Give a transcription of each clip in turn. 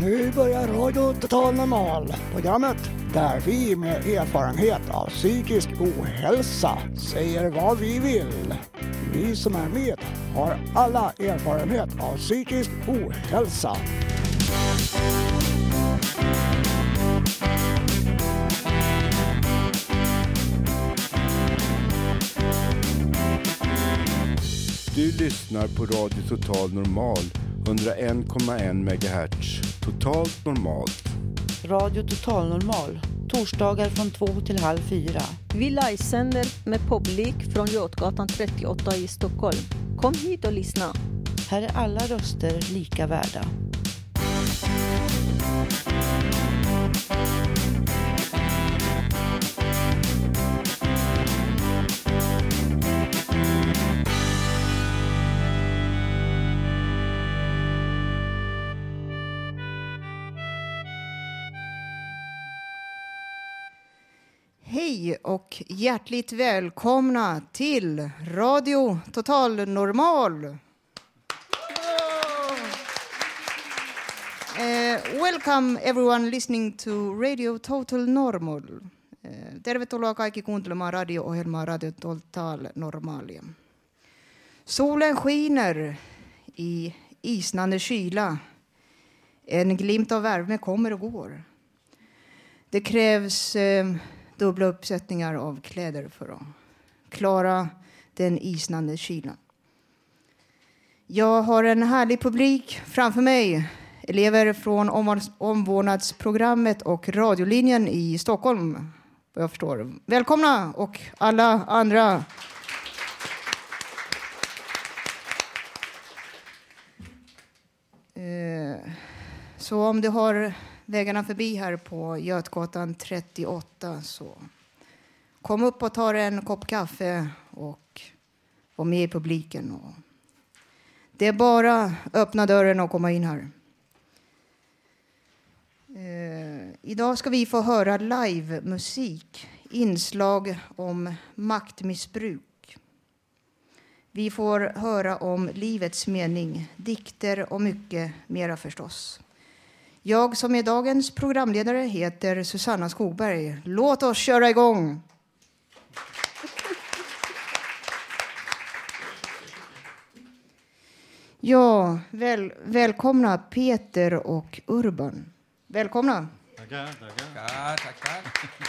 Nu börjar Radio Total Normal, programmet där vi med erfarenhet av psykisk ohälsa säger vad vi vill. Vi som är med har alla erfarenhet av psykisk ohälsa. Du lyssnar på Radio Total Normal, 101,1 MHz. Totalt normalt. Radio Total Normal, torsdagar från 2 till halv 4. Vi livesänder med publik från Götgatan 38 i Stockholm. Kom hit och lyssna. Här är alla röster lika värda. Hej och hjärtligt välkomna till Radio Total Normal. Welcome everyone listening to Radio Total Normal. Tervetuloa kaikki kuuntelemaan radio-ohjelmaa Radio Total Normalia. Solen skiner i isnande kyla. En glimt av värme kommer och går. Det krävs dubbla uppsättningar av kläder för att klara den isnande kylan. Jag har en härlig publik framför mig. Elever från omvårdnadsprogrammet och radiolinjen i Stockholm, vad jag förstår. Välkomna och alla andra. Så om du har vägarna förbi här på Götgatan 38 så kom upp och ta en kopp kaffe och var med i publiken. Det är bara öppna dörren och komma in här. Idag ska vi få höra live-musik, inslag om maktmissbruk. Vi får höra om livets mening, dikter och mycket mera förstås. Jag som är dagens programledare heter Susanna Skogberg. Låt oss köra igång! Ja, välkomna Peter och Urban. Välkomna. Tackar. Ja, tackar.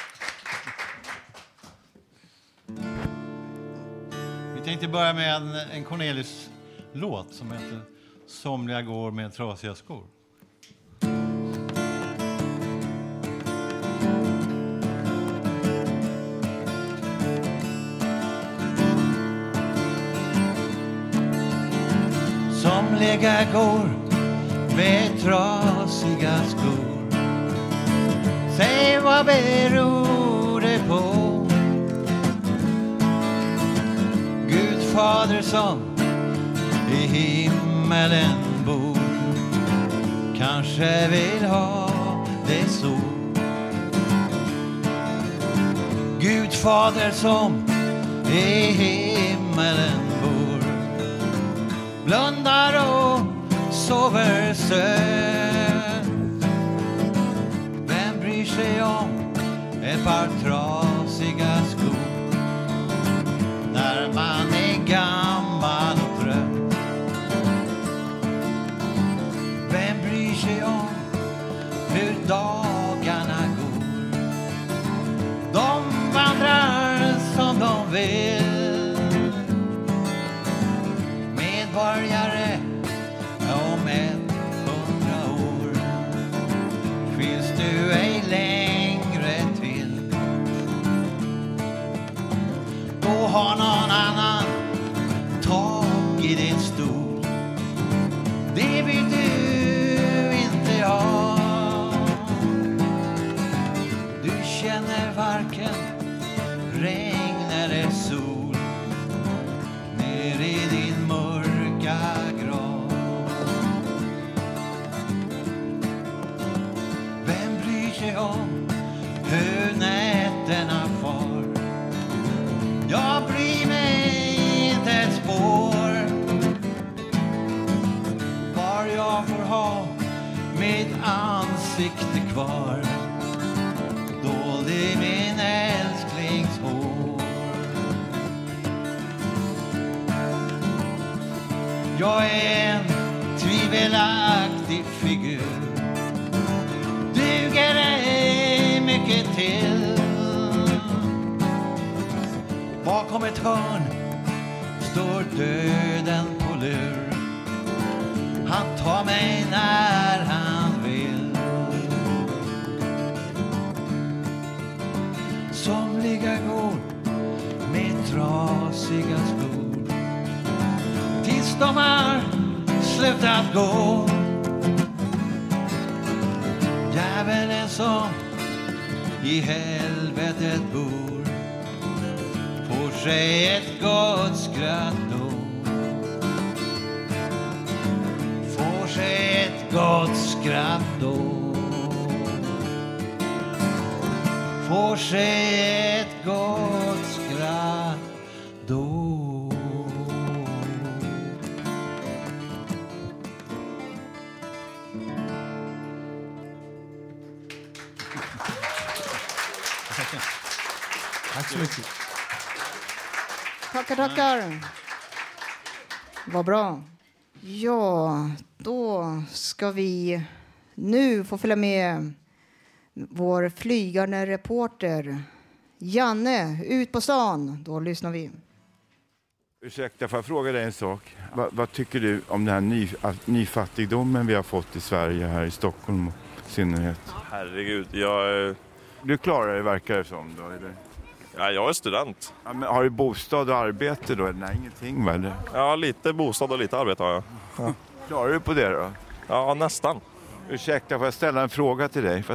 Vi tänkte börja med en Cornelis-låt som heter Somliga går med trasiga skor. Somliga går med trasiga skor. Säg vad beror det på? Gud fader som i himmelen bor kanske vill ha det så. Gud fader som i himmelen bor blundar och sover söt. Vem bryr sig om ett par trasiga skor när man är gammal och trött? Vem bryr sig om hur dagarna går? De vandrar som de vill. Medborgare om 100 år finns du ej längre till. Då har någon annan tagit din stol. Det vill du inte ha. Du känner varken regn eller sol ner i din mörka grav. Vem bryr sig om hur nätterna far? Jag bryr mig inte ett spår. Var jag får ha mitt ansikte kvar, dold i min älsklings hår. Jag är en tvivelaktig figur, duger ej mycket till. Bakom ett hörn står döden på lur, han tar mig när han vill. Somliga går med trasiga skor tills de har slutat gå. Djävulen som i helvetet bor får sig ett gott skratt då. Får sig ett gott skratt då. Får sig ett gott skratt då. Tack så mycket. Tackar. Vad bra. Ja, då ska vi nu få följa med vår flygande reporter Janne ut på stan. Då lyssnar vi. Ursäkta, får jag fråga dig en sak? Vad tycker du om den här nyfattigdomen vi har fått i Sverige här i Stockholm i synnerhet? Herregud, Du klarar det, verkar det som då, eller? Ja, jag är student. Ja, men har du bostad och arbete då? Nej, ingenting väl? Ja, lite bostad och lite arbete har jag. Ja. Klarar du på det då? Ja, nästan. Ursäkta, får jag ställa en fråga till dig?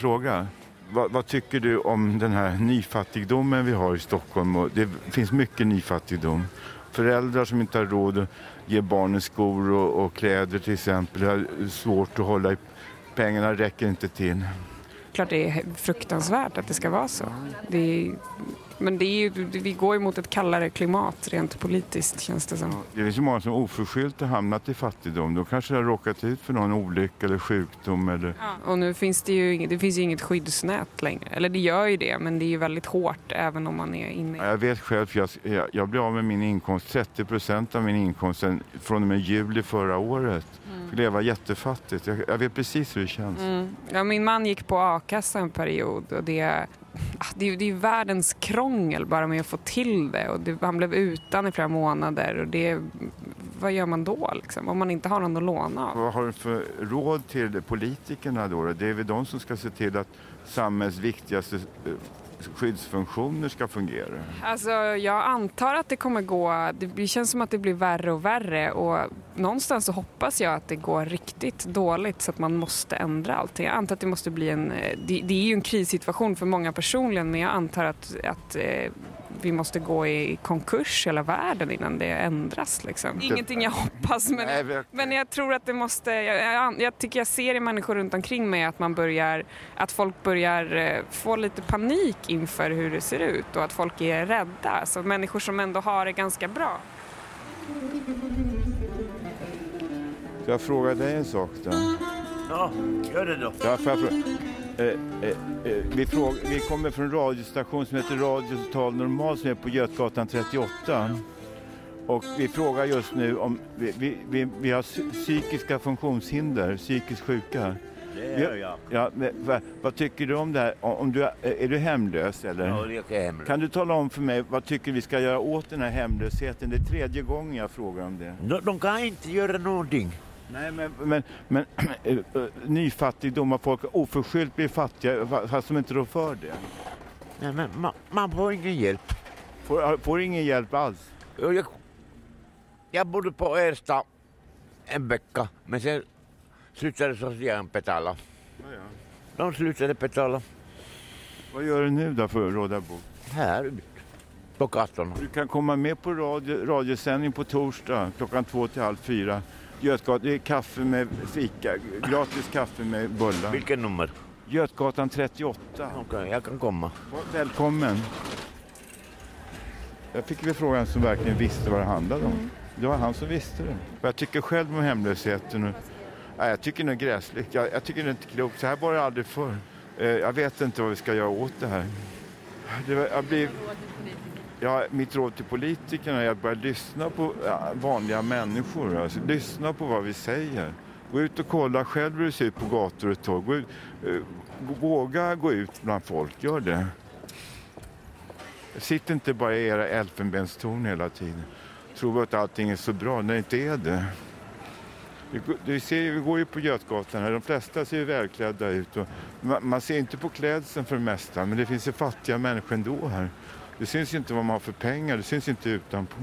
Vad tycker du om den här nyfattigdomen vi har i Stockholm? Och det finns mycket nyfattigdom. Föräldrar som inte har råd att ge barnen skor och kläder till exempel. Det är svårt att hålla i. Pengarna räcker inte till. Klart det är fruktansvärt att det ska vara så. Men vi går ju mot ett kallare klimat rent politiskt, känns det som. Det är så många som oförskyllt har hamnat i fattigdom. Då kanske det har råkat ut för någon olycka eller sjukdom. Eller... Ja, och nu finns det ju inget skyddsnät längre. Eller det gör ju det, men det är ju väldigt hårt även om man är inne. Ja, jag vet själv, för jag blev av med min inkomst, 30% av min inkomst från och med juli förra året. För det var jättefattigt. Jag vet precis hur det känns. Ja, min man gick på a-kassa en period och det är världens krångel bara med att få till det. Och han blev utan i flera månader. Och vad gör man då liksom, om man inte har någon att låna av? Vad har du för råd till politikerna då? Det är väl de som ska se till att samhällets viktigaste skyddsfunktioner ska fungera? Alltså, jag antar att det kommer gå... Det känns som att det blir värre och värre. Och någonstans så hoppas jag att det går riktigt dåligt så att man måste ändra allting. Jag antar att det måste bli det är ju en krissituation för många personligen, men jag antar att vi måste gå i konkurs hela världen innan det ändras. Liksom. Ingenting jag hoppas, men jag tror att det måste... Jag tycker jag ser i människor runt omkring mig att folk börjar få lite panik inför hur det ser ut och att folk är rädda. Alltså människor som ändå har det ganska bra. Jag frågar dig en sak då. Ja, gör det då. Ja, vi kommer från en radiostation som heter Radio Total Normal som är på Götgatan 38. Och vi frågar just nu om vi har psykiska funktionshinder, psykiskt sjuka. Det gör jag. Ja, vad tycker du om det här? Är du hemlös eller? Ja, jag är hemlös. Kan du tala om för mig vad tycker vi ska göra åt den här hemlösheten? Det är 3:e gången jag frågar om det. De kan inte göra någonting. Nej, men nyfattigdom av folk oförskyllt blir fattiga fast de inte rår för det. Nej, men man får ingen hjälp. Får ingen hjälp alls? Jag bodde på Ersta en vecka, men sen slutade socialen betala. Ja. De slutade betala. Vad gör du nu då för att råda bot? Här på gatan. Du kan komma med på radiosändning på torsdag klockan 2-4. Götgatan, det är kaffe med fika, gratis kaffe med bullar. Vilken nummer? Götgatan 38. Okej, jag kan komma. Välkommen. Jag fick väl frågan som verkligen visste vad det handlade om. Det var han som visste det. Jag tycker själv om hemlösheten. Nej, jag tycker det är gräsligt. Jag tycker det är inte klokt. Så här var det aldrig förr. Jag vet inte vad vi ska göra åt det här. Mitt råd till politikerna är att börja lyssna på vanliga människor. Alltså, lyssna på vad vi säger. Gå ut och kolla själv hur det ser ut på gator och torg. Våga gå ut bland folk, gör det. Sitt inte bara i era elfenbenstorn hela tiden. Tror att allting är så bra när det inte är det. Vi går ju på Götgatan här, de flesta ser ju välklädda ut. Och man ser inte på klädseln för det mesta, men det finns ju fattiga människor ändå här. Det syns inte vad man har för pengar, det syns inte utanpå.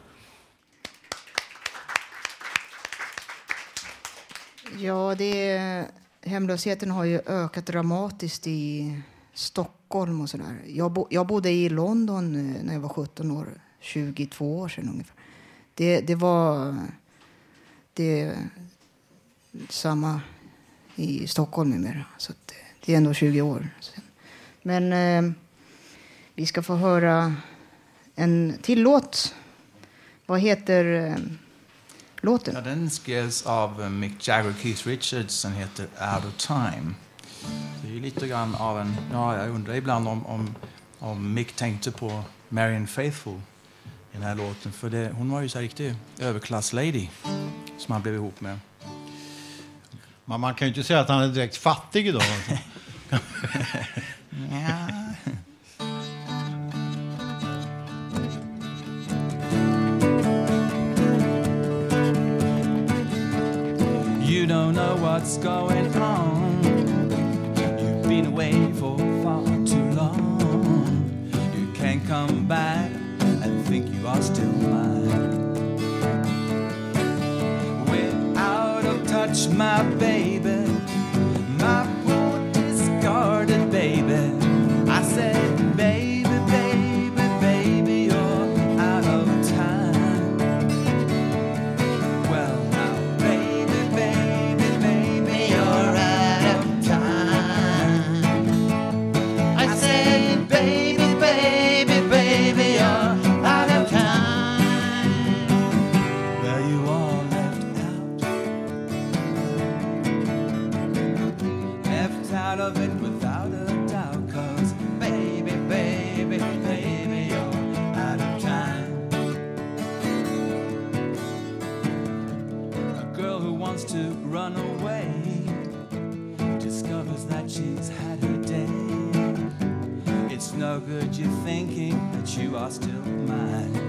Ja, hemlösheten har ju ökat dramatiskt i Stockholm och sådär. Jag bodde i London när jag var 17 år, 22 år sedan ungefär. Det var samma i Stockholm numera. Så det är ändå 20 år sedan. Men vi ska få höra en till låt. Vad heter låten? Ja, den skrevs av Mick Jagger och Keith Richards. Den heter Out of Time. Det är ju lite grann av en... Ja, jag undrar ibland om Mick tänkte på Marianne Faithfull i den här låten. För hon var ju så här riktig överklasslady som han blev ihop med. Men man kan ju inte säga att han är direkt fattig idag. Ja. You don't know what's going on. You've been away for far too long. You can't come back and think you are still mine. We're out of touch, my baby, my poor discarded baby. I said, baby, baby, baby, you're out of time. Well, now, baby, baby, baby, you're out of time. I said, baby, baby, baby, you're out of time. Well, you are left out of it without a doubt. 'Cause baby, baby, baby, you're out of time. A girl who wants to run away discovers that she's had her day. It's no good you thinking that you are still mine.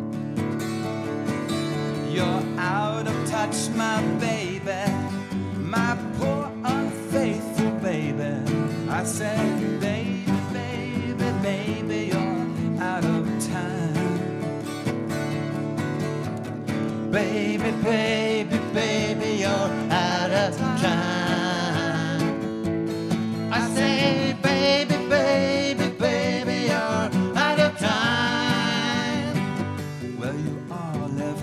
You're out of touch, my baby, my poor unfaithful baby. I said, baby, baby, baby, you're out of time. Baby, baby, baby, you're out of time. I say, baby, baby, baby, you're out of time. Well, you are left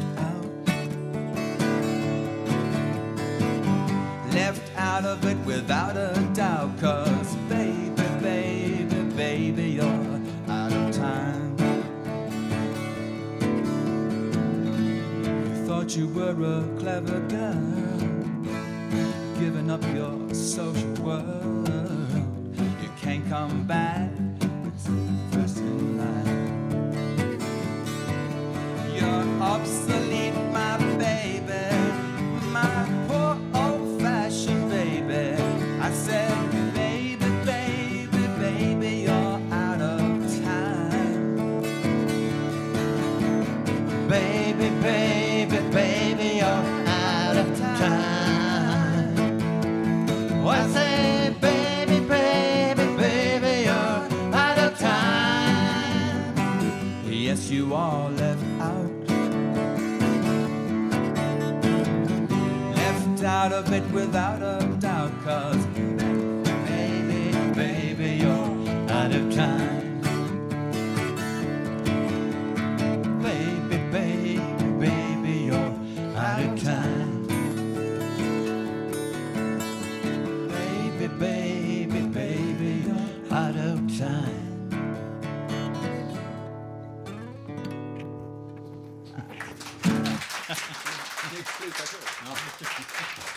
out of it without a doubt. 'Cause baby, baby, baby, you're out of time. You thought you were a clever girl, giving up your social world. You can't come back, it's first in line. You're obsolete, my baby, my poor old-fashioned baby. I said, baby, baby, baby, you're out of time. Baby, baby, baby, you're out of time. Oh, I say, baby, baby, baby, you're out of time. Yes, you are left out of it without a doubt. 'Cause baby, baby, you're out of time. Baby, baby, baby, you're out of time. Baby, baby, baby, you're out of time.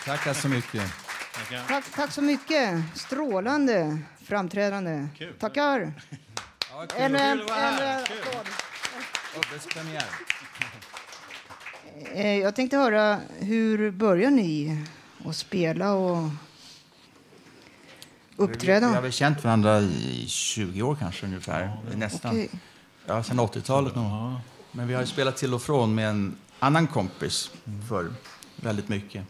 Tackar så mycket. Tack så mycket. Strålande framträdande. Kul. Tackar. Ja, kul. En Kul. Premiär. Jag tänkte höra, hur börjar ni att spela och uppträda? Vi har väl känt varandra i 20 år kanske ungefär. Nästan. Okej. Ja, sen 80-talet nog. Men vi har ju spelat till och från med en annan kompis för väldigt mycket.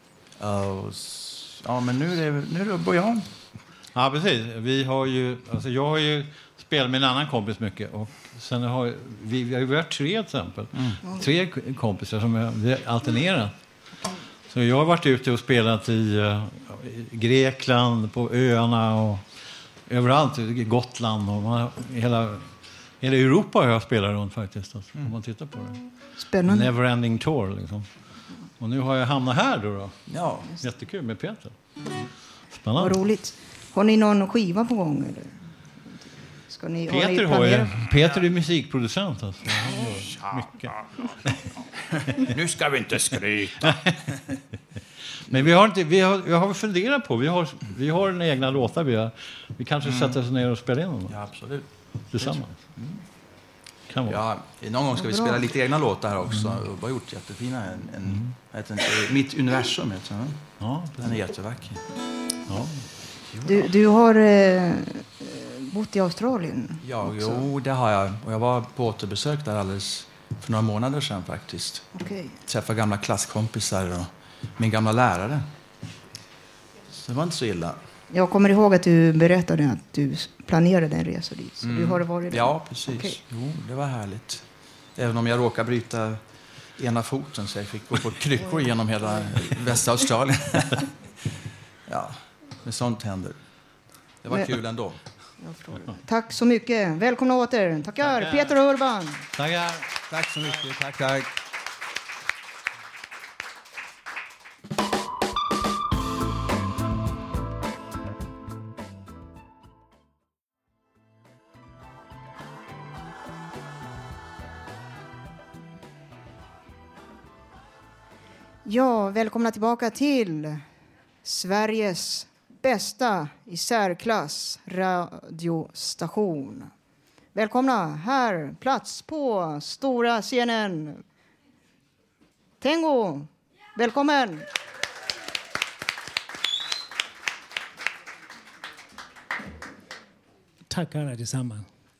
Ja, men nu är det Bojan. Ja, precis. Jag har ju spelat med en annan kompis mycket. Och sen har vi har ju varit 3 till exempel. 3 kompisar som vi alternerat. Så jag har varit ute och spelat i Grekland, på öarna och överallt. I Gotland och hela Europa har jag spelat runt faktiskt. Alltså, om man tittar på det. Spännande. Neverending tour liksom. Och nu har jag hamnat här då. Ja. Jättekul med Peter. Vad Spännande. roligt. Har ni någon skiva på gång? Eller? Ska ni, Peter är musikproducent. Alltså. Han gör mycket. Nu ska vi inte skryta. Men vi har funderat på. Vi har en egna låtar. Vi kanske sätter oss ner och spelar in dem. Ja, absolut. Tillsammans. Kan vara. Ja, någon gång ska vi spela lite egna låtar här också. Vi har gjort jättefina. Mitt universum heter den. Ja, den är jättevacker. Ja. Du har bott i Australien? Ja, jo, det har jag. Och jag var på återbesök där alldeles för några månader sedan faktiskt. Okay. Träffade gamla klasskompisar och min gamla lärare. Så det var inte så illa. Jag kommer ihåg att du berättade att du planerade en resa dit. Så du har varit där? Ja, precis. Okay. Jo, det var härligt. Även om jag råkade bryta ena foten så jag fick gå på kryckor genom hela västra Australien. Ja, men sånt händer. Det var kul ändå. Tack så mycket. Välkomna åter. Tackar. Peter och Urban. Tackar. Tack så mycket. Tack. Ja, välkomna tillbaka till Sveriges bästa i särklass radiostation. Välkomna här, plats på stora scenen. Tengo, välkommen! Tackar allesammans.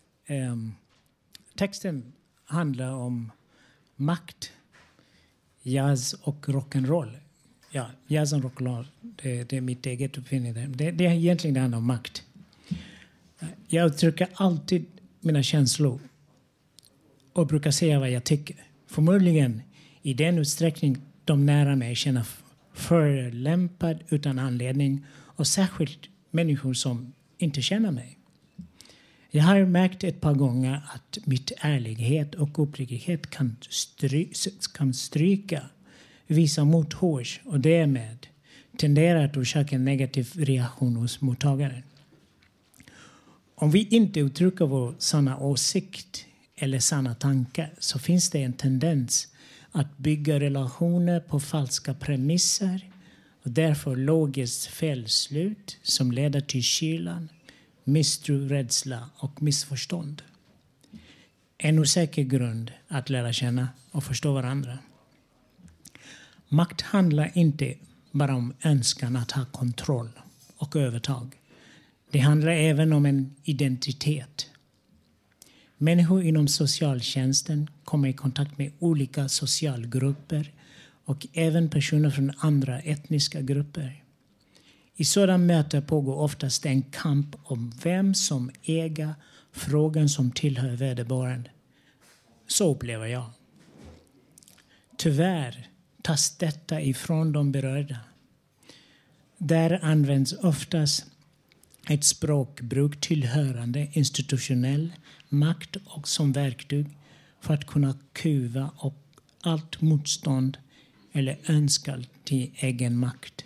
Texten handlar om makt, jazz och rock'n'roll. Ja, jazz och rock'n'roll, det är mitt eget uppfinning. Det är egentligen det handlar om makt. Jag uttrycker alltid mina känslor och brukar säga vad jag tycker. Förmodligen i den utsträckning de nära mig känner förolämpad utan anledning, och särskilt människor som inte känner mig. Jag har märkt ett par gånger att mitt ärlighet och uppriktighet kan stryka vissa mothårs och därmed tenderar att orsaka en negativ reaktion hos mottagaren. Om vi inte uttrycker vår sanna åsikt eller sanna tankar så finns det en tendens att bygga relationer på falska premisser och därför logiskt felslut som leder till kylan, misstro, rädsla och missförstånd. En osäker grund att lära känna och förstå varandra. Makt handlar inte bara om önskan att ha kontroll och övertag. Det handlar även om en identitet. Människor inom socialtjänsten kommer i kontakt med olika socialgrupper och även personer från andra etniska grupper. I sådana möten pågår oftast en kamp om vem som äger frågan som tillhör vederbörande. Så upplever jag. Tyvärr tas detta ifrån de berörda. Där används oftast ett språkbruk tillhörande institutionell makt och som verktyg för att kunna kuva och allt motstånd eller önskan till egen makt.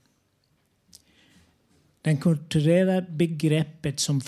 Den kulturella begreppet som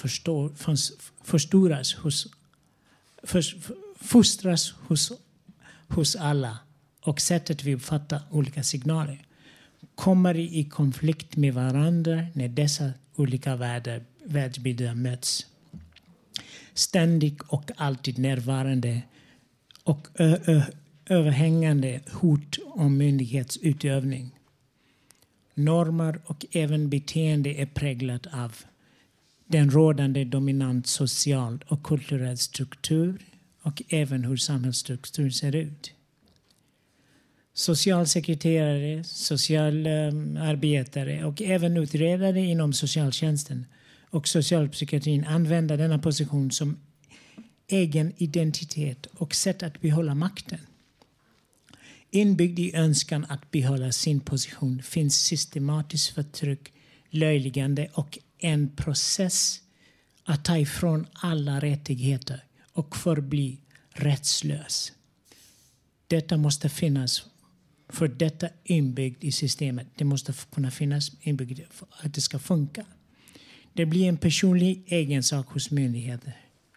fostras hos alla och sättet vi uppfattar olika signaler kommer i konflikt med varandra när dessa olika världsbilder möts. Ständigt och alltid närvarande och överhängande hot om myndighetsutövning. Normer och även beteende är präglat av den rådande dominant social och kulturell struktur och även hur samhällsstruktur ser ut. Socialsekreterare, socialarbetare och även utredare inom socialtjänsten och socialpsykiatrin använder denna position som egen identitet och sätt att behålla makten. Inbyggd i önskan att behålla sin position finns systematiskt förtryck, löjligande och en process att ta ifrån alla rättigheter och förbli rättslös. Detta måste finnas, för detta inbyggt i systemet. Det måste kunna finnas inbyggt för att det ska funka. Det blir en personlig egenskap hos myndigheter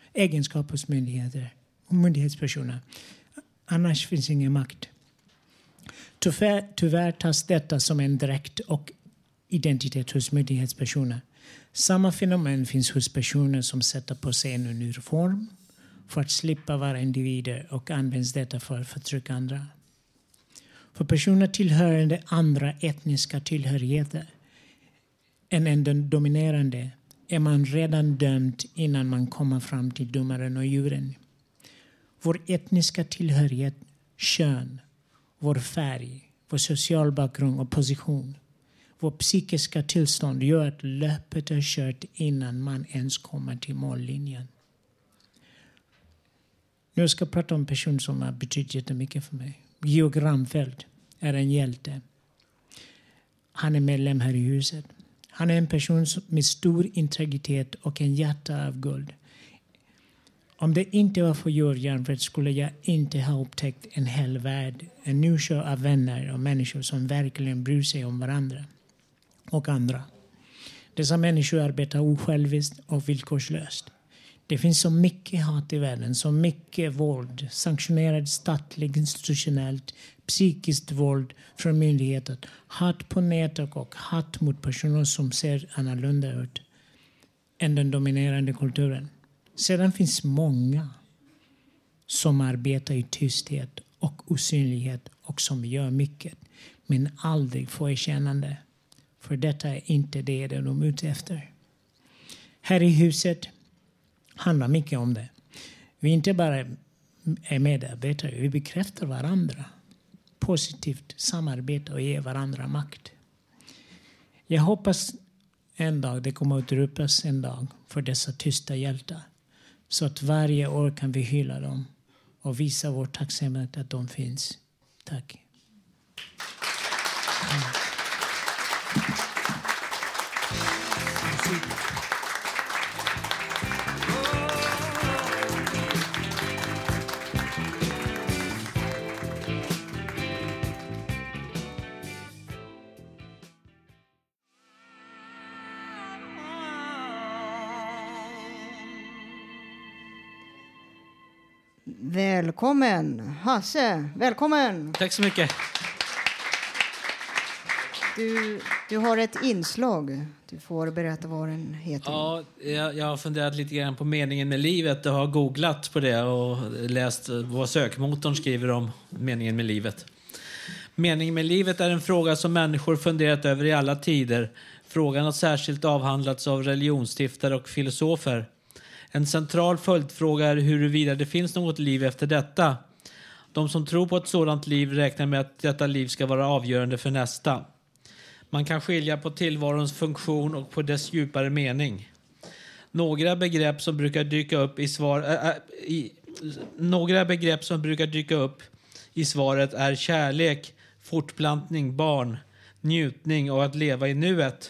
och myndighetspersoner. Annars finns ingen makt. Tyvärr tas detta som en direkt och identitet hos myndighetspersoner. Samma fenomen finns hos personer som sätter på sig en uniform för att slippa vara individer och används detta för att förtrycka andra. För personer tillhörande andra etniska tillhörigheter än den dominerande är man redan dömd innan man kommer fram till domaren och juryn. Vår etniska tillhörighet, kön, vår färg, vår social bakgrund och position, vår psykiska tillstånd gör att löpet är kört innan man ens kommer till mållinjen. Nu ska jag prata om en person som har betytt jättemycket för mig. Georg Ramfelt är en hjälte. Han är medlem här i huset. Han är en person med stor integritet och en hjärta av guld. Om det inte var för Georg Ramfelt skulle jag inte ha upptäckt en hel värld, en ny show av vänner och människor som verkligen bryr sig om varandra och andra. Dessa människor arbetar osjälviskt och villkorslöst. Det finns så mycket hat i världen, så mycket våld, sanktionerat statligt, institutionellt, psykiskt våld från myndigheter, hat på nätet och hat mot personer som ser annorlunda ut än den dominerande kulturen. Sedan finns många som arbetar i tysthet och osynlighet och som gör mycket, men aldrig får erkännande. För detta är inte det de är ute efter. Här i huset handlar mycket om det. Vi inte bara är medarbetare, vi bekräftar varandra. Positivt samarbete och ger varandra makt. Jag hoppas en dag det kommer att ropas en dag för dessa tysta hjältar. Så att varje år kan vi hylla dem och visa vår tacksamhet att de finns. Tack. Välkommen, Hasse. Välkommen. Tack så mycket. Du har ett inslag. Du får berätta vad den heter. Ja, jag har funderat lite grann på meningen med livet. Jag har googlat på det och läst vad sökmotorn skriver om meningen med livet. Meningen med livet är en fråga som människor funderat över i alla tider. Frågan har särskilt avhandlats av religionsstiftare och filosofer. En central följdfråga är huruvida det finns något liv efter detta. De som tror på ett sådant liv räknar med att detta liv ska vara avgörande för nästa. Man kan skilja på tillvarons funktion och på dess djupare mening. Några begrepp som brukar dyka upp i svaret är kärlek, fortplantning, barn, njutning och att leva i nuet.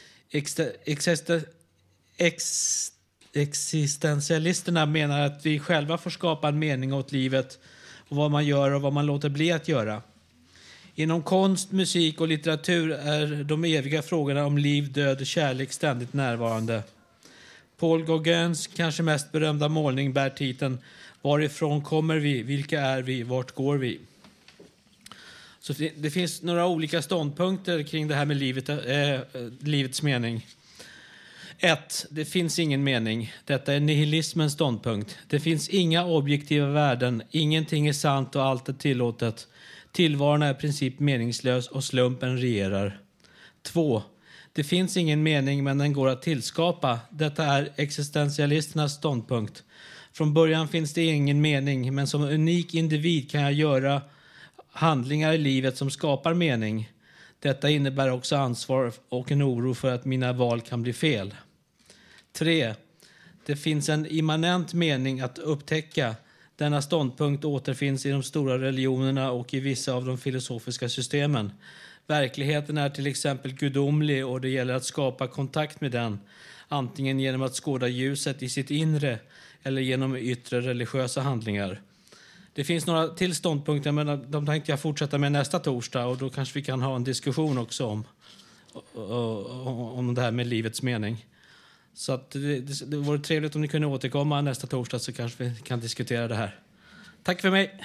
Existentialisterna menar att vi själva får skapa en mening åt livet och vad man gör och vad man låter bli att göra. Inom konst, musik och litteratur är de eviga frågorna om liv, död och kärlek ständigt närvarande. Paul Gauguins kanske mest berömda målning bär titeln Varifrån kommer vi? Vilka är vi? Vart går vi? Så det finns några olika ståndpunkter kring det här med livets mening. 1. Det finns ingen mening. Detta är nihilismens ståndpunkt. Det finns inga objektiva värden. Ingenting är sant och allt är tillåtet. Tillvaron är i princip meningslös och slumpen regerar. 2. Det finns ingen mening men den går att tillskapa. Detta är existentialisternas ståndpunkt. Från början finns det ingen mening men som unik individ kan jag göra handlingar i livet som skapar mening. Detta innebär också ansvar och en oro för att mina val kan bli fel. 3. Det finns en immanent mening att upptäcka. Denna ståndpunkt återfinns i de stora religionerna och i vissa av de filosofiska systemen. Verkligheten är till exempel gudomlig och det gäller att skapa kontakt med den. Antingen genom att skåda ljuset i sitt inre eller genom yttre religiösa handlingar. Det finns några till ståndpunkter men de tänkte jag fortsätta med nästa torsdag och då kanske vi kan ha en diskussion också om det här med livets mening. Så att det vore trevligt om ni kunde återkomma nästa torsdag så kanske vi kan diskutera det här. Tack för mig!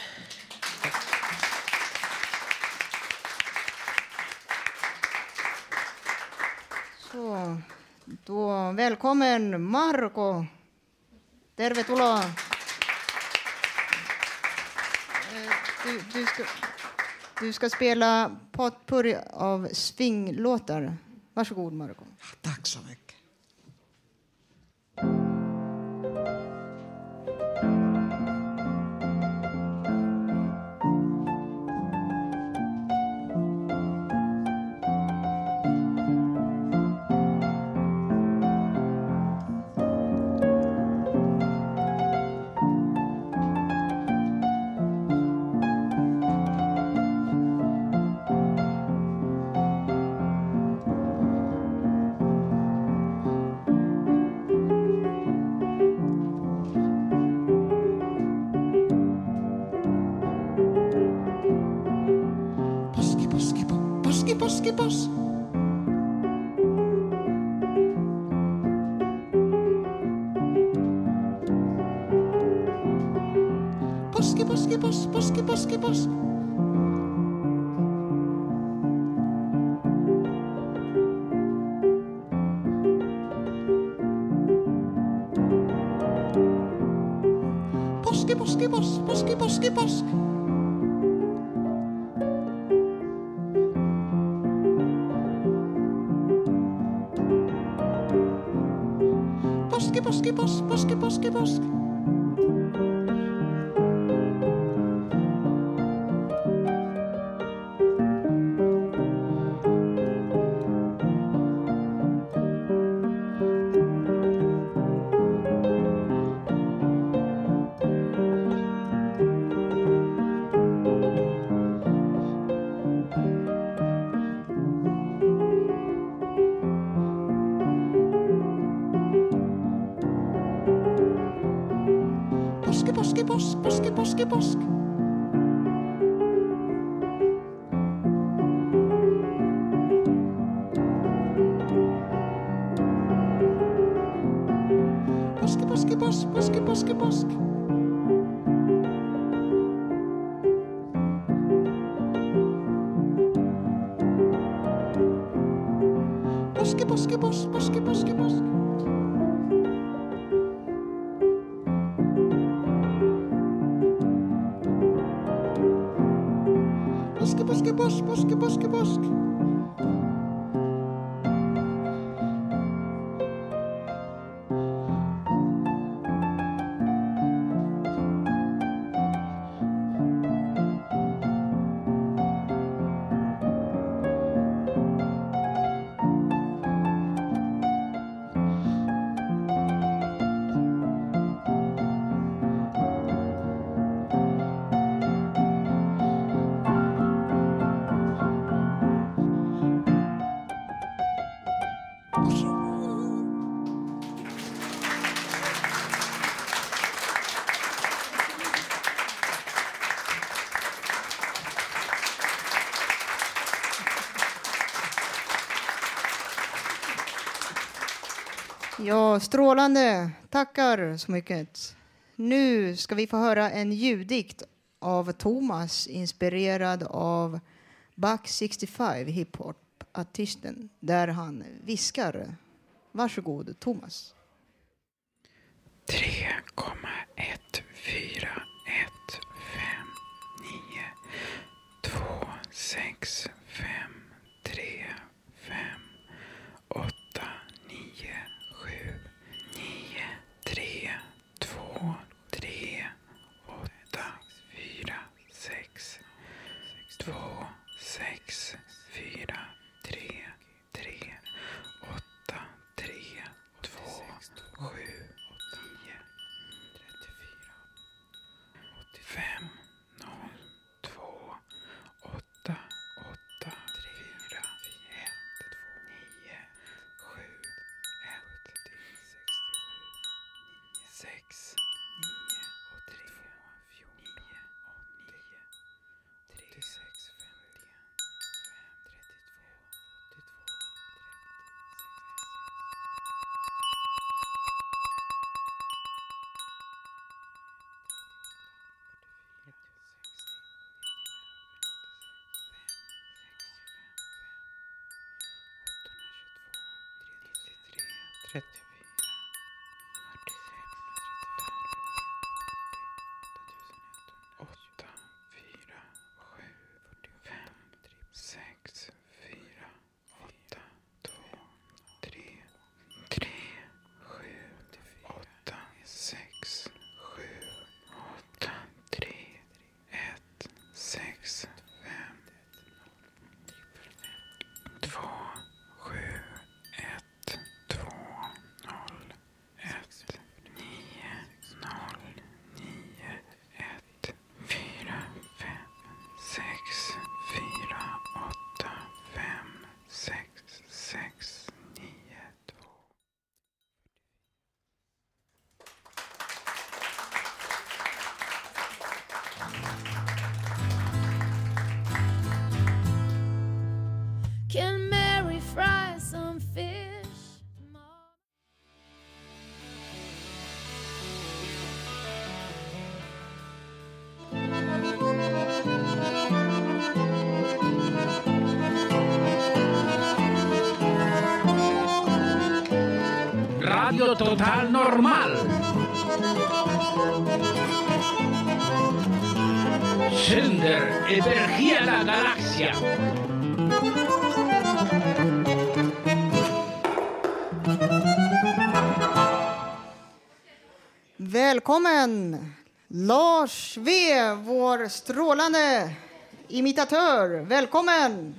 Så, då välkommen Marko. Tervetuloa. Du ska spela potpurri av swinglåtar. Varsågod Marko. Tack så mycket. Ja, strålande. Tackar så mycket. Nu ska vi få höra en ljuddikt av Thomas inspirerad av Buck 65, hiphop-artisten, där han viskar. Varsågod, Thomas. Radio Total Normal. Sänder över hela galaxien. Välkommen Lars V, vår strålande imitatör. Välkommen!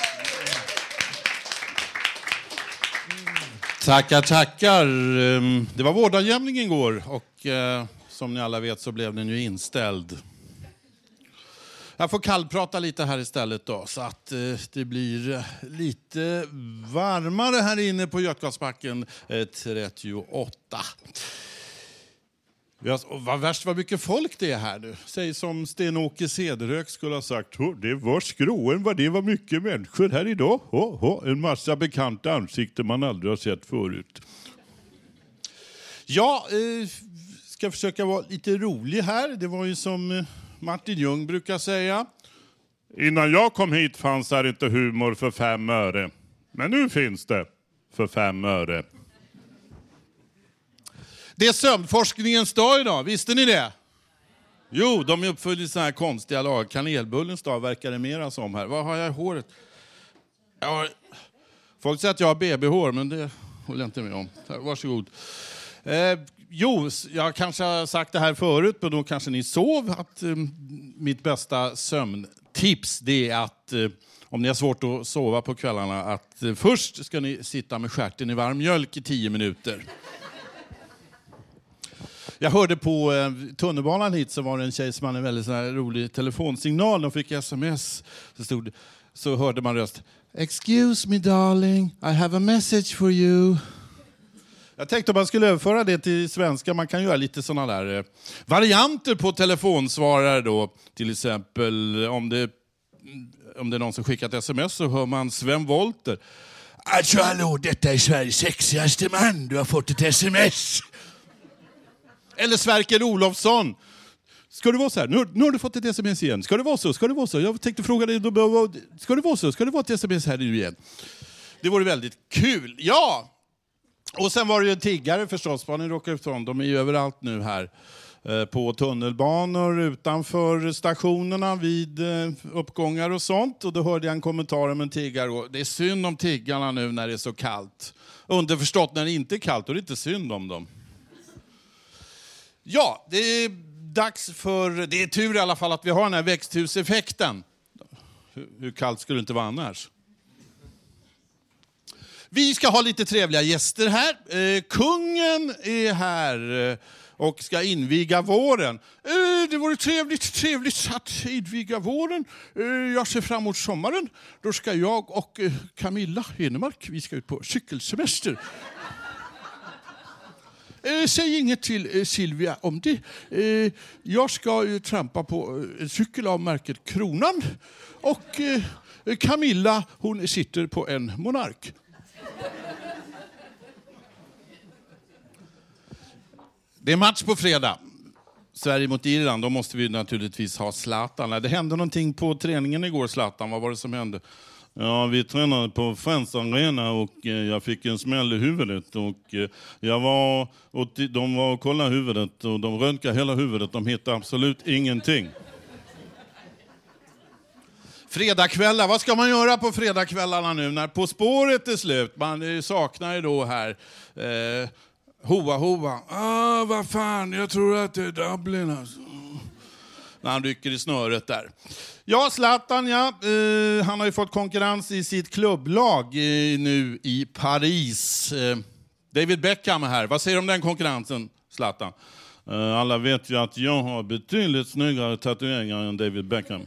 Tackar. Det var vårdagjämning igår och som ni alla vet så blev den ju inställd. Jag får kallprata lite här istället då, så att det blir lite varmare här inne på Götgatsbacken 38. Vad värst vad mycket folk det är här nu. Säg som Sten-Åke Cederhök skulle ha sagt. Det var skråen vad det var mycket människor här idag. En massa bekanta ansikten man aldrig har sett förut. Ja, ska försöka vara lite rolig här. Det var ju som Martin Ljung brukar säga. Innan jag kom hit fanns här inte humor för 5 öre. Men nu finns det för 5 öre. Det är sömnforskningens dag idag, visste ni det? Jo, de är uppföljda så här konstiga lag. Kanelbullens dag verkar det mera som här. Vad har jag i håret? Folk säger att jag har BB-hår, men det håller jag inte med om. Varsågod. Jag kanske har sagt det här förut, men då kanske ni sov. Att mitt bästa sömntips det är att om ni har svårt att sova på kvällarna, att först ska ni sitta med stjärten i varm mjölk i 10 minuter. Jag hörde på tunnelbanan hit så var det en tjej som hade en väldigt så här rolig telefonsignal. De fick sms. Så hörde man röst. Excuse me darling, I have a message for you. Jag tänkte att man skulle överföra det till svenska. Man kan göra lite sådana där varianter på telefonsvarare då. Till exempel om det är någon som skickat sms så hör man Sven Wollter. Alltså hallå, detta är Sveriges sexigaste man. Du har fått ett sms. Eller Sverker Olofsson Ska det vara så här? Nu har du fått ett sms igen. Ska det vara så? Ska det vara så? Jag tänkte fråga dig. Ska det vara så? Ska det vara ett sms här nu igen? Det vore väldigt kul. Ja! Och sen var det ju en tiggare förstås. Vad ni råkar ifrån. De är ju överallt nu här. På tunnelbanor, utanför stationerna, vid uppgångar och sånt. Och då hörde jag en kommentar om en tiggare. Och det är synd om tiggarna nu när det är så kallt. Underförstått när det inte är kallt, och det är inte synd om dem. Ja, det är dags för... Det är tur i alla fall att vi har den här växthuseffekten. Hur kallt skulle det inte vara annars? Vi ska ha lite trevliga gäster här. Kungen är här och ska inviga våren. Det vore trevligt att inviga våren. Jag ser fram emot sommaren. Då ska jag och Camilla Henemark, vi ska ut på cykelsemester. Säg inget till Silvia om det. Jag ska trampa på en cykel av märket Kronan. Och Camilla, hon sitter på en monark. Det är match på fredag. Sverige mot Irland. Då måste vi naturligtvis ha Zlatan. Det hände någonting på träningen igår, Zlatan. Vad var det som hände? Ja, vi tränade på Friends Arena och jag fick en smäll i huvudet. Och de var och kollade huvudet och de röntgade hela huvudet. De hittade absolut ingenting. Fredagskvällar, vad ska man göra på fredagskvällarna nu när På spåret är slut? Man saknar ju då här... Hoa. Vad fan, jag tror att det är Dublin alltså. När han rycker i snöret där. Ja, Zlatan, ja. Han har ju fått konkurrens i sitt klubblag nu i Paris. David Beckham är här. Vad säger du om den konkurrensen, Zlatan? Alla vet ju att jag har betydligt snyggare tatueringar än David Beckham.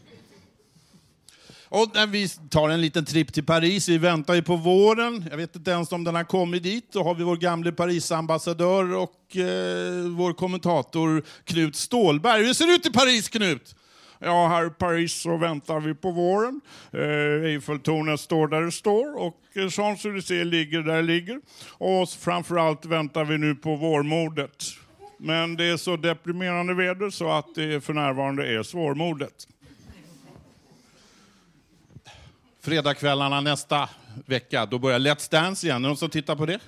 Och när vi tar en liten trip till Paris, vi väntar ju på våren. Jag vet inte ens om den har kommit dit. Då har vi vår gamla Paris-ambassadör och vår kommentator Knut Stålberg. Hur ser det ut i Paris, Knut? Ja, här i Paris så väntar vi på våren. Eiffeltornet står där det står och Champs-Élysées ligger där det ligger. Och framförallt väntar vi nu på vårmodet. Men det är så deprimerande väder så att det för närvarande är svårmodet. Fredagskvällarna nästa vecka, då börjar Let's Dance igen. Är någon som tittar på det?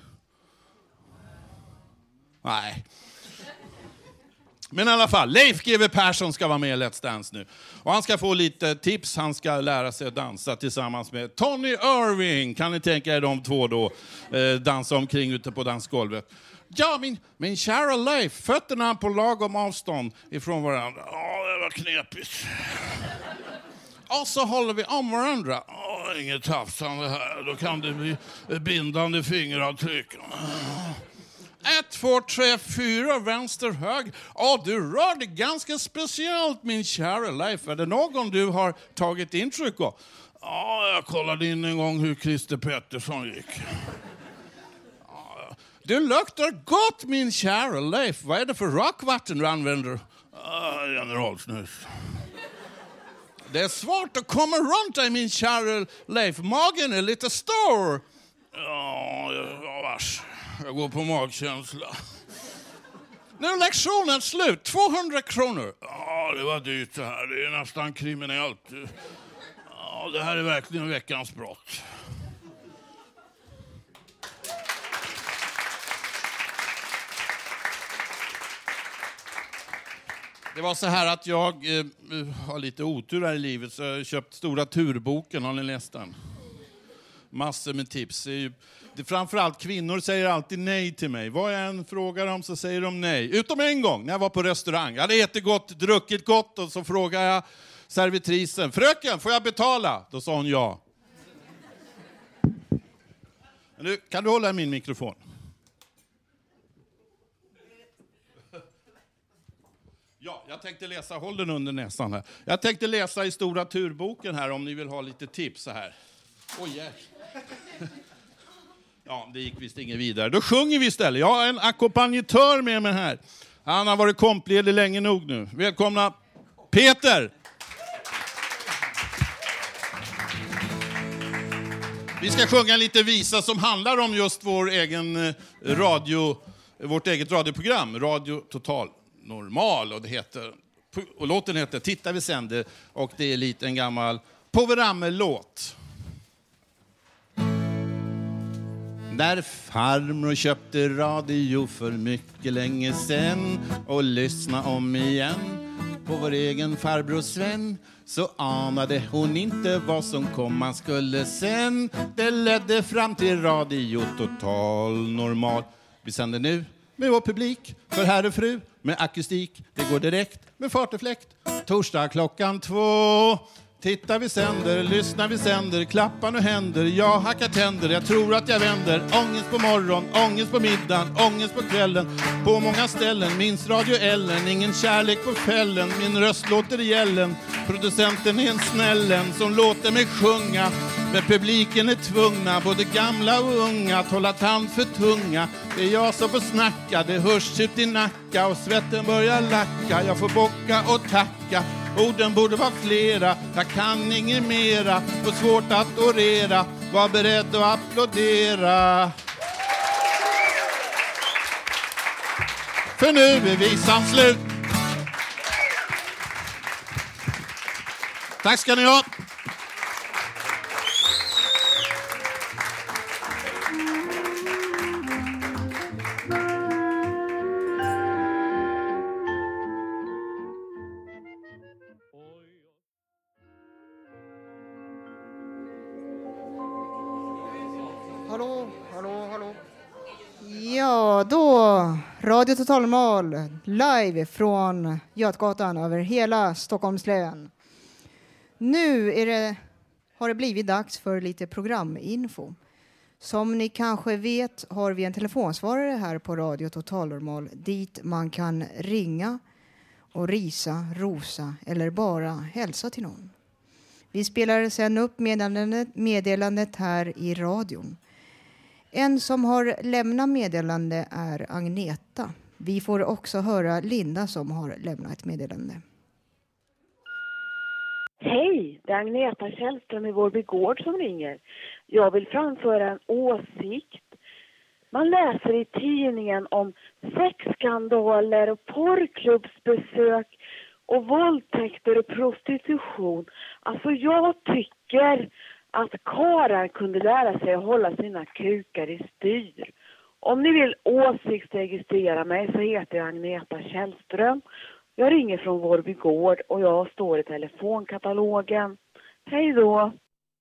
Nej. Men i alla fall, Leif GW Persson ska vara med i Let's Dance nu. Och han ska få lite tips, han ska lära sig att dansa tillsammans med Tony Irving. Kan ni tänka er de två då dansa omkring ute på dansgolvet? Ja, min kära Leif, fötterna på lagom avstånd ifrån varandra. Det var knepigt. Och så håller vi om varandra. Inget tafsande här. Då kan det bli bindande fingeravtryck. 1, 2, 3, 4, vänster, höger. Du rör dig ganska speciellt, min kära Leif. Är det någon du har tagit intryck av? Jag kollade in en gång hur Christer Pettersson gick. Du luktar gott, min kära Leif. Vad är det för rakvatten du använder? Generalsnus. Det är svårt att komma runt dig, min kära Leif. Magen är lite stor. Vars. Jag går på magkänsla. Nu är lektionen slut. 200 kronor. Det var dyrt det här. Det är nästan kriminellt. Det här är verkligen veckans brott. Det var så här att jag har lite otur här i livet så jag har köpt Stora turboken. Har ni läst den? Massor med tips. Framförallt kvinnor säger alltid nej till mig. Vad jag än frågar om så säger de nej. Utom en gång när jag var på restaurang. Jag hade ätit gott, druckit gott och så frågade jag servitrisen. Fröken, får jag betala? Då sa hon ja. Nu, kan du hålla min mikrofon? Ja, jag tänkte läsa, håll den under näsan här. Jag tänkte läsa i Stora turboken här om ni vill ha lite tips så här. Ja, det gick visst inget vidare. Då sjunger vi istället. Jag har en ackompanjatör med mig här. Han har varit kompledig länge nog nu. Välkomna Peter! Vi ska sjunga lite visa som handlar om just vårt eget radioprogram. Radio Total Normal och det heter Och låten heter Titta vi sänder och det är lite en gammal Poverammer-låt. När farmor köpte radio för mycket länge sen och lyssna om igen på vår egen farbror Sven, så anade hon inte vad som komma skulle sen. Det ledde fram till Radio Total Normal. Vi sänder nu med vår publik, för herr och fru, med akustik. Det går direkt med fart och fläkt. Torsdag 2:00. Titta vi sänder, lyssna vi sänder, klappa nu händer, jag hackar tänder, jag tror att jag vänder. Ångest på morgon, ångest på middagen, ångest på kvällen. På många ställen, minns Radio Ellen, ingen kärlek på fällen. Min röst låter i gällen, producenten är en snällen som låter mig sjunga. Men publiken är tvungna, både gamla och unga, att hålla tand för tunga. Det är jag som får snacka, det hörs ut i nacka och svetten börjar lacka. Jag får bocka och tacka. Orden borde vara flera, jag kan inget mera. För svårt att orera, var beredd att applådera. För nu är visan slut. Tack ska ni ha. Hallå. Ja, då Radio Total Normal live från Götgatan över hela Stockholms län. Nu har det blivit dags för lite programinfo. Som ni kanske vet har vi en telefonsvarare här på Radio Total Normal dit man kan ringa och risa, rosa eller bara hälsa till någon. Vi spelar sen upp meddelandet här i radion. En som har lämnat meddelande är Agneta. Vi får också höra Linda som har lämnat ett meddelande. Hej, det är Agneta Källström i Vårby Gård som ringer. Jag vill framföra en åsikt. Man läser i tidningen om sexskandaler och porrklubbsbesök och våldtäkter och prostitution. Alltså jag tycker att karlar kunde lära sig att hålla sina kukar i styr. Om ni vill åsiktsregistrera mig så heter jag Agneta Källström. Jag ringer från Vårby Gård och jag står i telefonkatalogen. Hej då!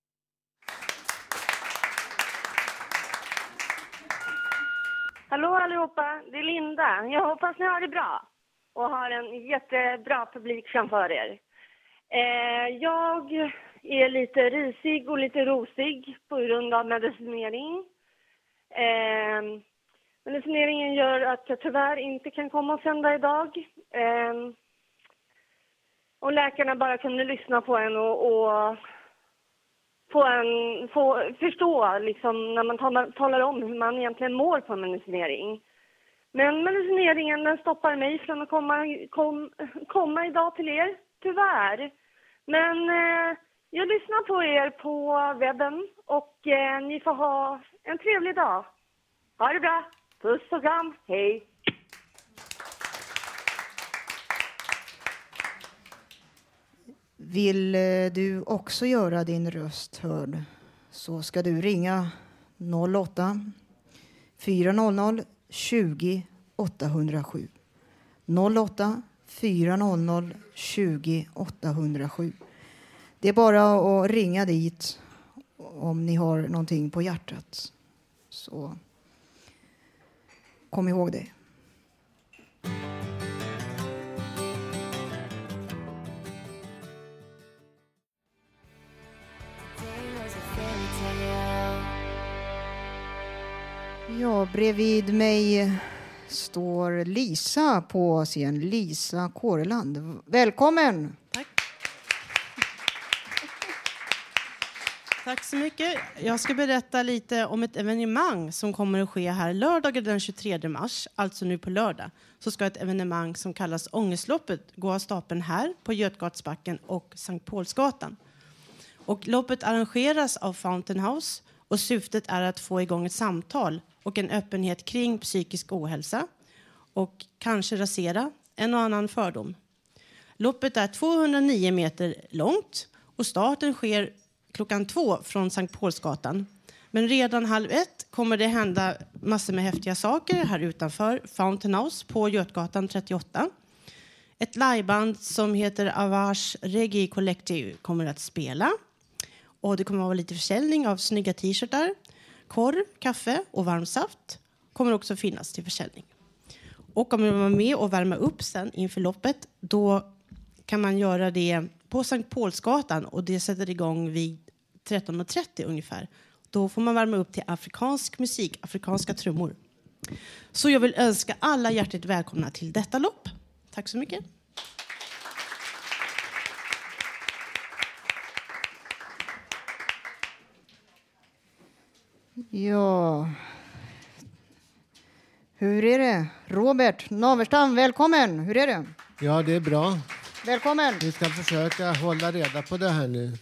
Hallå allihopa, det är Linda. Jag hoppas ni har det bra och har en jättebra publik framför er. Jag är lite risig och lite rosig på grund av medicinering. Medicineringen gör att jag tyvärr inte kan komma och sända idag. Och läkarna bara kunde lyssna på en och få förstå liksom, när man talar om hur man egentligen mår på medicinering. Men medicineringen den stoppar mig från att komma idag till er, tyvärr. Men jag lyssnar på er på webben och ni får ha en trevlig dag. Ha det bra. Puss och kram. Hej. Vill du också göra din röst hörd så ska du ringa 08 400 20 807. 08 400 20 807. Det är bara att ringa dit om ni har någonting på hjärtat. Så kom ihåg det. Ja, bredvid mig står Lisa på scen. Lisa Kåreland. Välkommen! Tack så mycket. Jag ska berätta lite om ett evenemang som kommer att ske här lördagen den 23 mars. Alltså nu på lördag. Så ska ett evenemang som kallas Ångestloppet gå av stapeln här på Götgatsbacken och Sankt Paulsgatan. Och loppet arrangeras av Fountain House och syftet är att få igång ett samtal och en öppenhet kring psykisk ohälsa och kanske rasera en och annan fördom. Loppet är 209 meter långt och starten sker 2:00 från Sankt Paulsgatan. Men redan 12:30 kommer det hända massor med häftiga saker här utanför Fountain House på Götgatan 38. Ett liveband som heter Avage Reggae Collective kommer att spela. Och det kommer att vara lite försäljning av snygga t-shirtar. Korv, kaffe och varmsaft kommer också finnas till försäljning. Och om man vill vara med och värma upp sen inför loppet, då kan man göra det på Sankt Paulsgatan och det sätter igång vid 13:30 ungefär. Då får man värma upp till afrikansk musik, afrikanska trummor. Så jag vill önska alla hjärtligt välkomna till detta lopp. Tack så mycket. Ja. Hur är det? Robert Naverstam, välkommen. Hur är det? Ja, det är bra. Välkommen. Vi ska försöka hålla reda på det här nu.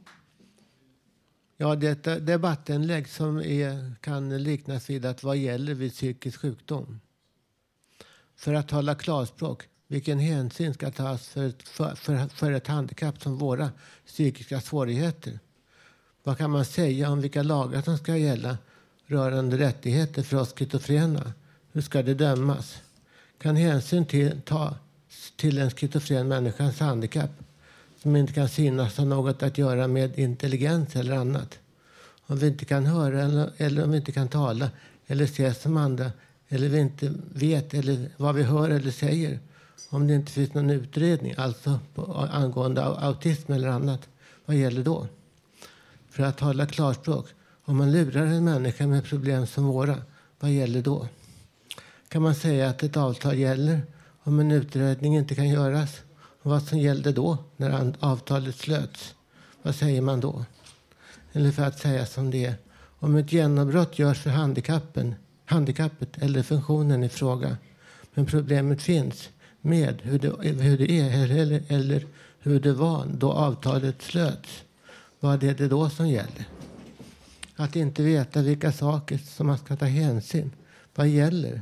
Ja, det är ett debattinlägg som kan liknas vid att vad gäller vid psykisk sjukdom. För att tala klarspråk, vilken hänsyn ska tas för ett handikapp som våra psykiska svårigheter? Vad kan man säga om vilka lagar som ska gälla rörande rättigheter för oss schizofrena? Hur ska det dömas? Kan hänsyn tas till en schizofren människans handikapp som inte kan synas ha något att göra med intelligens eller annat? Om vi inte kan höra eller om vi inte kan tala eller se som andra eller vi inte vet eller vad vi hör eller säger, om det inte finns någon utredning alltså angående autism eller annat, vad gäller då? För att tala klarspråk, om man lurar en människa med problem som våra, vad gäller då? Kan man säga att ett avtal gäller om en utredning inte kan göras? Och vad som gällde då när avtalet slöts? Vad säger man då? Eller för att säga som det är, om ett genombrott görs för handikappet eller funktionen i fråga, men problemet finns med hur det är eller hur det var då avtalet slöts, vad är det då som gäller? Att inte veta vilka saker som man ska ta hänsyn, vad gäller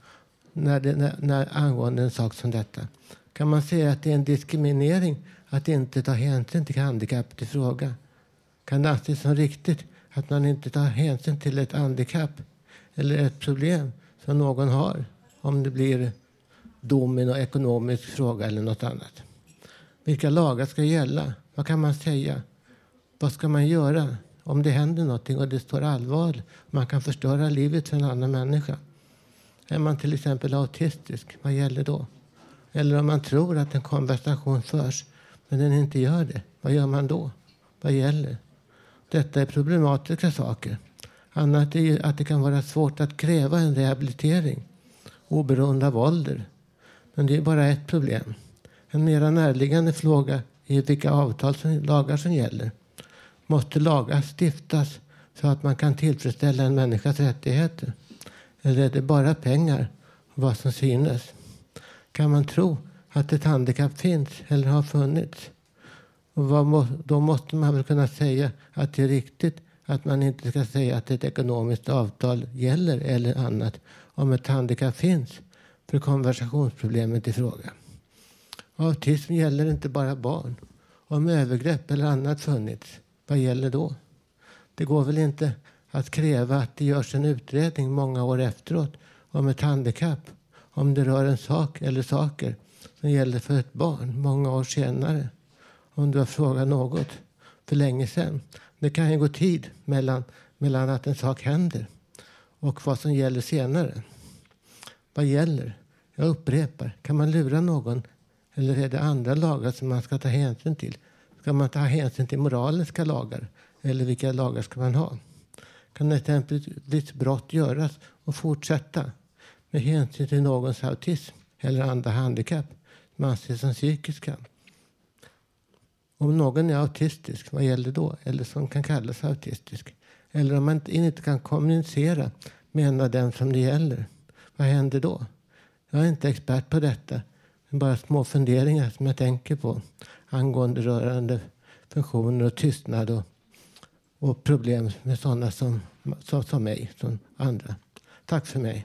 när angående en sak som detta? Kan man säga att det är en diskriminering att inte ta hänsyn till handikappet i fråga? Kan det anses som riktigt att man inte tar hänsyn till ett handikapp eller ett problem som någon har, om det blir dom i någon ekonomisk fråga eller något annat? Vilka lagar ska gälla? Vad kan man säga? Vad ska man göra om det händer någonting och det står allvar? Man kan förstöra livet för en annan människa. Är man till exempel autistisk, vad gäller då? Eller om man tror att en konversation förs men den inte gör det, vad gör man då? Vad gäller? Detta är problematiska saker. Annat är ju att det kan vara svårt att kräva en rehabilitering oberoende av ålder. Men det är bara ett problem. En mer närliggande fråga är vilka lagar som gäller. Måste lagar stiftas så att man kan tillfredsställa en människas rättigheter? Eller är det bara pengar och vad som synes? Kan man tro att ett handikapp finns eller har funnits? Och då måste man väl kunna säga att det är riktigt att man inte ska säga att ett ekonomiskt avtal gäller eller annat om ett handikapp finns för konversationsproblemet i fråga. Autism gäller inte bara barn. Om övergrepp eller annat funnits, vad gäller då? Det går väl inte att kräva att det görs en utredning många år efteråt om ett handikapp, om det rör en sak eller saker som gäller för ett barn många år senare. Om du har frågat något för länge sedan. Det kan ju gå tid mellan att en sak händer och vad som gäller senare. Vad gäller? Jag upprepar, kan man lura någon eller är det andra lagar som man ska ta hänsyn till? Ska man ta hänsyn till moraliska lagar eller vilka lagar ska man ha? Kan exempelvis brott göras och fortsätta med hänsyn till någons autism eller andra handikapp som anses som psykiska? Om någon är autistisk, vad gäller då? Eller som kan kallas autistisk. Eller om man inte kan kommunicera med en av dem som det gäller, vad händer då? Jag är inte expert på detta. Men bara små funderingar som jag tänker på angående rörande funktioner och tystnad och problem med sådana som mig, som andra. Tack för mig.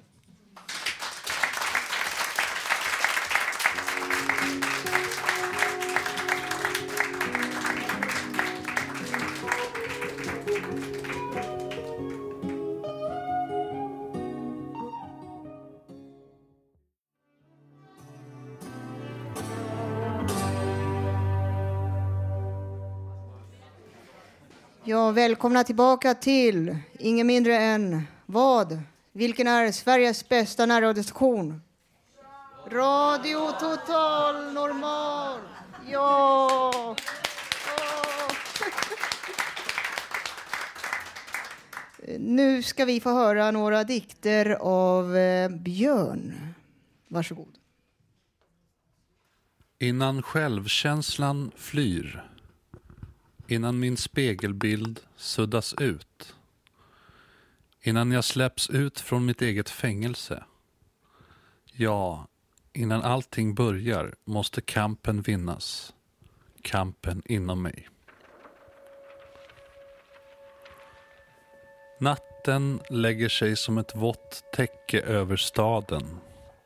Ja, välkomna tillbaka till ingen mindre än vad? Vilken är Sveriges bästa närradiostation? Radio Total Normal. Ja! Nu ska vi få höra några dikter av Björn. Varsågod. Innan självkänslan flyr, innan min spegelbild suddas ut, innan jag släpps ut från mitt eget fängelse, ja, innan allting börjar måste kampen vinnas, kampen inom mig. Natten lägger sig som ett vått täcke över staden.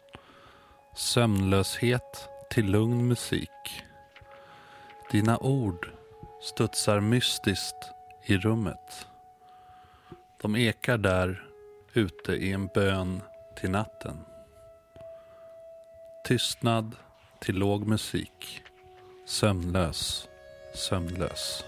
Sömnlöshet till lugn musik. Dina ord studsar mystiskt i rummet. De ekar där ute i en bön till natten. Tystnad till låg musik. Sömnlös, sömnlös.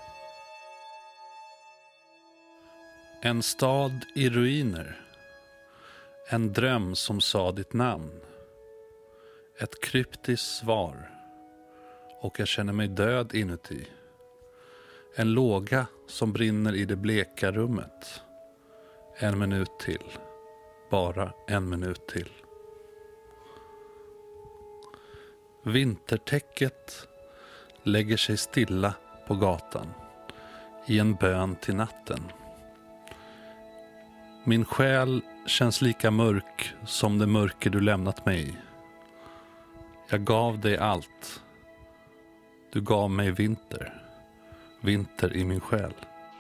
En stad i ruiner. En dröm som sa ditt namn. Ett kryptiskt svar. Och jag känner mig död inuti. En låga som brinner i det bleka rummet. 1 minut till. Bara 1 minut till. Vintertäcket lägger sig stilla på gatan. I en bön till natten. Min själ känns lika mörk som det mörker du lämnat mig i. Jag gav dig allt. Du gav mig vinter. Vinter i min själ.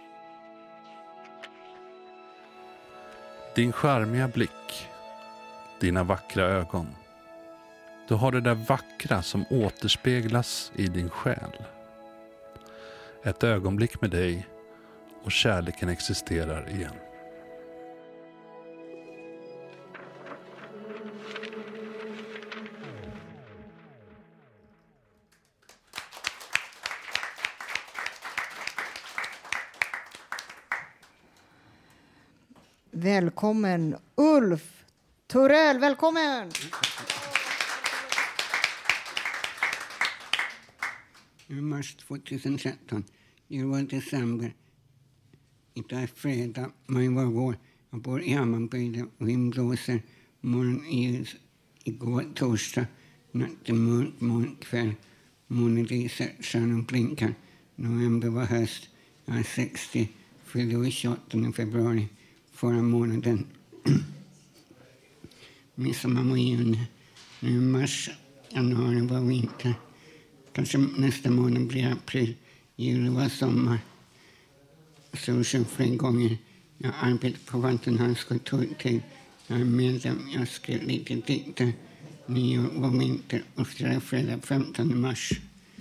Din charmiga blick. Dina vackra ögon. Du har det där vackra som återspeglas i din själ. Ett ögonblick med dig och kärleken existerar igen. Välkommen Ulf Torell, välkommen! I mars 2013, det var december. Idag är fredag, maj var vår. Jag bor i Hammarby, vindblåser. Morgon igår torsdag. Natten mörk kväll. Månen lyser, stjärnan blinkar. November var höst. Jag är 60, fyllde 28 februari. Förra månaden. Midsommar var juni. Nu mars, januari var vinter. Kanske nästa månad blir april. Juli var sommar. Så flera gånger. Jag arbetar på Vattenhals kontor till. Jag är medlem. Jag skrev lite dikter. Nyår var vinter. Och fredag 15 mars.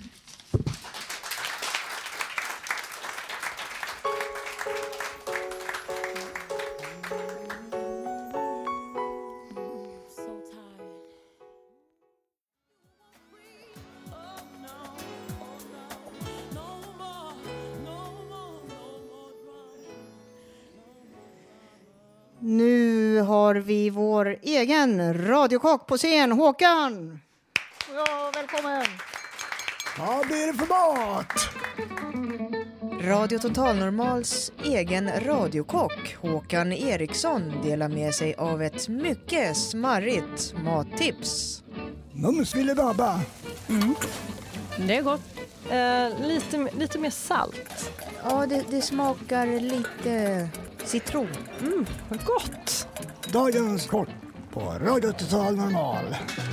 Nu har vi vår egen radiokock på scen, Håkan. Ja, välkommen. Vad blir det för mat? Radio Total Normals egen radiokock Håkan Eriksson delar med sig av ett mycket smarrigt mattips. Mums ville babba. Det är gott. Lite mer salt. Ja, det smakar lite citron. Vad gott. Dagens kock på Radio Total Normal.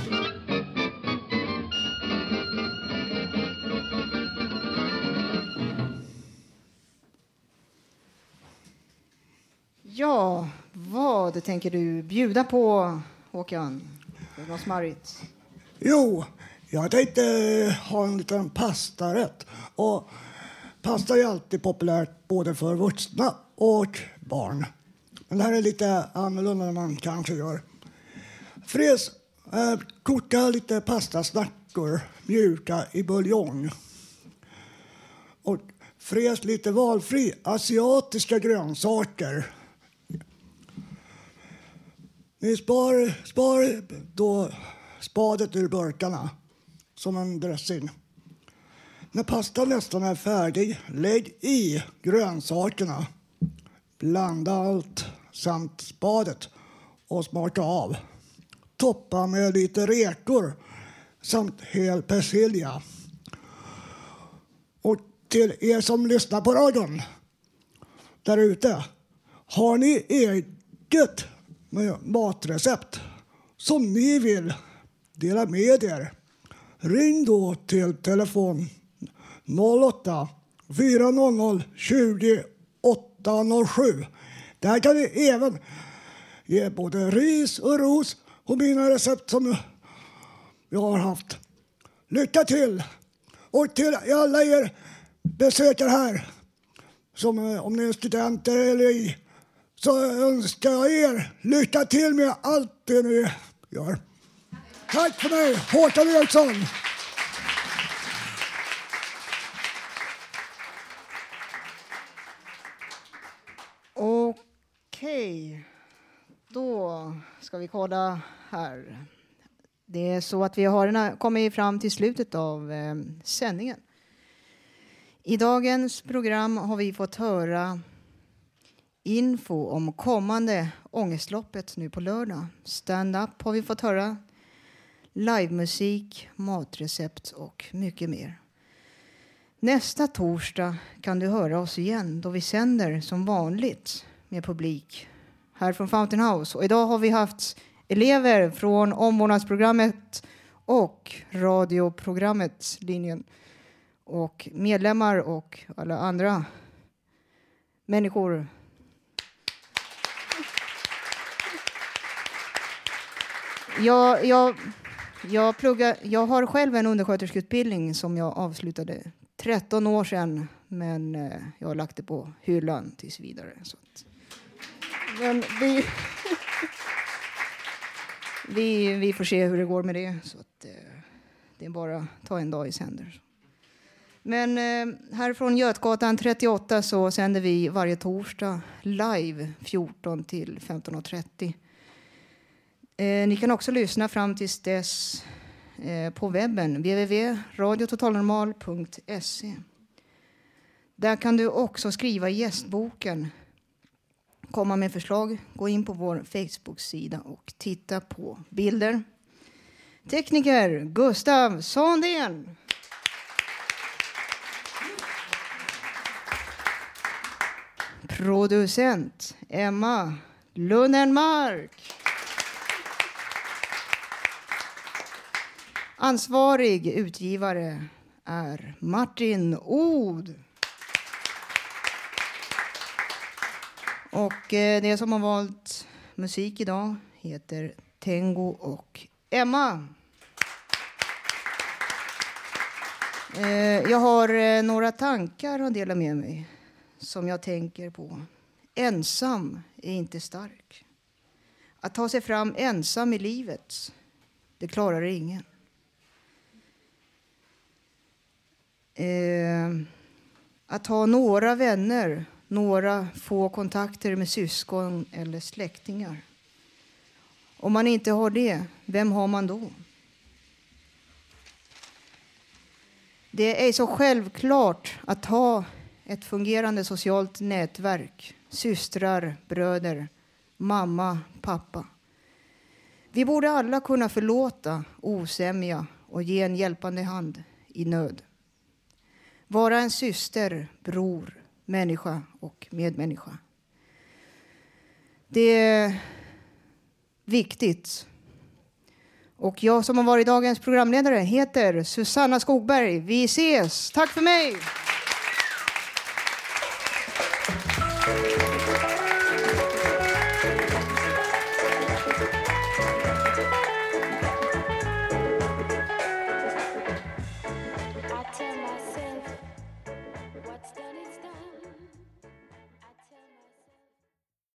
Ja, vad tänker du bjuda på, Håkan? Det var smarrigt. Jo, jag tänkte ha en liten pastarätt. Och pasta är alltid populärt både för vuxna och barn. Men det här är lite annorlunda än man kanske gör. Fräs, koka lite pastasnackor mjuka i buljong. Och fräs lite valfri asiatiska grönsaker. Ni spar då spadet ur burkarna som en dressing. När pastan nästan är färdig, lägg i grönsakerna. Blanda allt samt spadet och smaka av. Toppa med lite räkor samt hel persilja. Och till er som lyssnar på radion där ute, har ni eget matrecept som ni vill dela med er, ring då till telefon 08 400 20 807. Där kan ni även ge både ris och ros och mina recept som jag har haft. Lycka till! Och till alla er besökare här, som om ni är studenter eller så önskar jag er lycka till med allt det ni gör. Tack för mig, Håkan Eriksson! Okej, då ska vi kolla här. Det är så att vi har kommit fram till slutet av sändningen. I dagens program har vi fått höra info om kommande ångestloppet nu på lördag. Stand-up har vi fått höra. Livemusik, matrecept och mycket mer. Nästa torsdag kan du höra oss igen då vi sänder som vanligt med publik här från Fountain House. Och idag har vi haft elever från omvårdnadsprogrammet och radioprogrammet linjen och medlemmar och alla andra människor. Jag har själv en undersköterskeutbildning som jag avslutade 13 år sedan, men jag har lagt det på hyllan tills vidare. Så att, men vi får se hur det går med det. Så att, det är bara att ta en dag i sänder. Men här från Götgatan 38 så sänder vi varje torsdag live 14 till 15.30. Ni kan också lyssna fram tills dess på webben www.radiototalnormal.se. Där kan du också skriva i gästboken, komma med förslag, gå in på vår Facebook-sida och titta på bilder. Tekniker Gustav Sandén. Producent Emma Lunnenmark. Ansvarig utgivare är Martin Od. Och det som har valt musik idag heter Tengo och Emma. Jag har några tankar att dela med mig som jag tänker på. Ensam är inte stark. Att ta sig fram ensam i livet, det klarar ingen. Att ha några vänner, några få kontakter med syskon eller släktingar. Om man inte har det, vem har man då? Det är så självklart att ha ett fungerande socialt nätverk. Systrar, bröder, mamma, pappa. Vi borde alla kunna förlåta, osämja och ge en hjälpande hand i nöd. Vara en syster, bror, människa och medmänniska. Det är viktigt. Och jag som har varit dagens programledare heter Susanna Skogberg. Vi ses. Tack för mig!